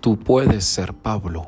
Tú puedes ser Pablo.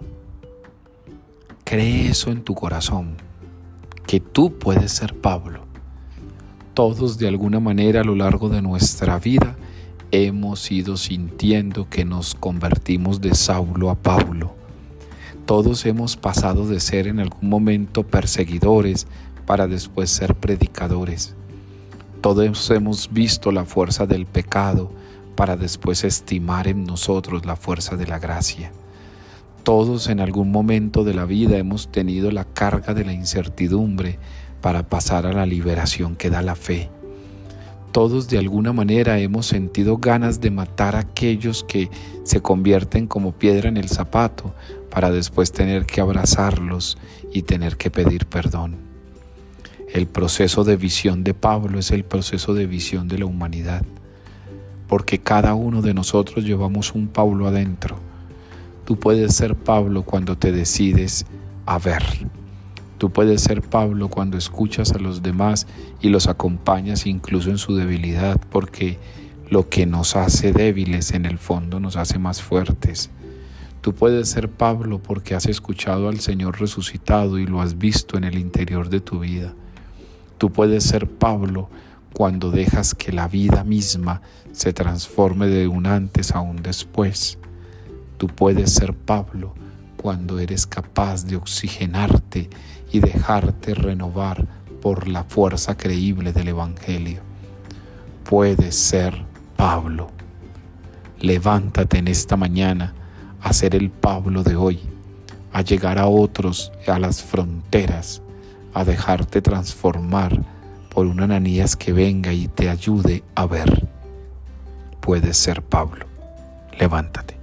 Cree eso en tu corazón, que tú puedes ser Pablo. Todos de alguna manera a lo largo de nuestra vida hemos ido sintiendo que nos convertimos de Saulo a Pablo. Todos hemos pasado de ser en algún momento perseguidores para después ser predicadores. Todos hemos visto la fuerza del pecado para después estimar en nosotros la fuerza de la gracia. Todos en algún momento de la vida hemos tenido la carga de la incertidumbre para pasar a la liberación que da la fe. Todos de alguna manera hemos sentido ganas de matar a aquellos que se convierten como piedra en el zapato para después tener que abrazarlos y tener que pedir perdón. El proceso de visión de Pablo es el proceso de visión de la humanidad, porque cada uno de nosotros llevamos un Pablo adentro. Tú puedes ser Pablo cuando te decides a ver. Tú puedes ser Pablo cuando escuchas a los demás y los acompañas incluso en su debilidad, porque lo que nos hace débiles en el fondo nos hace más fuertes. Tú puedes ser Pablo porque has escuchado al Señor resucitado y lo has visto en el interior de tu vida. Tú puedes ser Pablo cuando dejas que la vida misma se transforme de un antes a un después. Tú puedes ser Pablo cuando eres capaz de oxigenarte y dejarte renovar por la fuerza creíble del Evangelio. Puedes ser Pablo. Levántate en esta mañana a ser el Pablo de hoy, a llegar a otros, a las fronteras, a dejarte transformar por un Ananías que venga y te ayude a ver. Puedes ser Pablo. Levántate.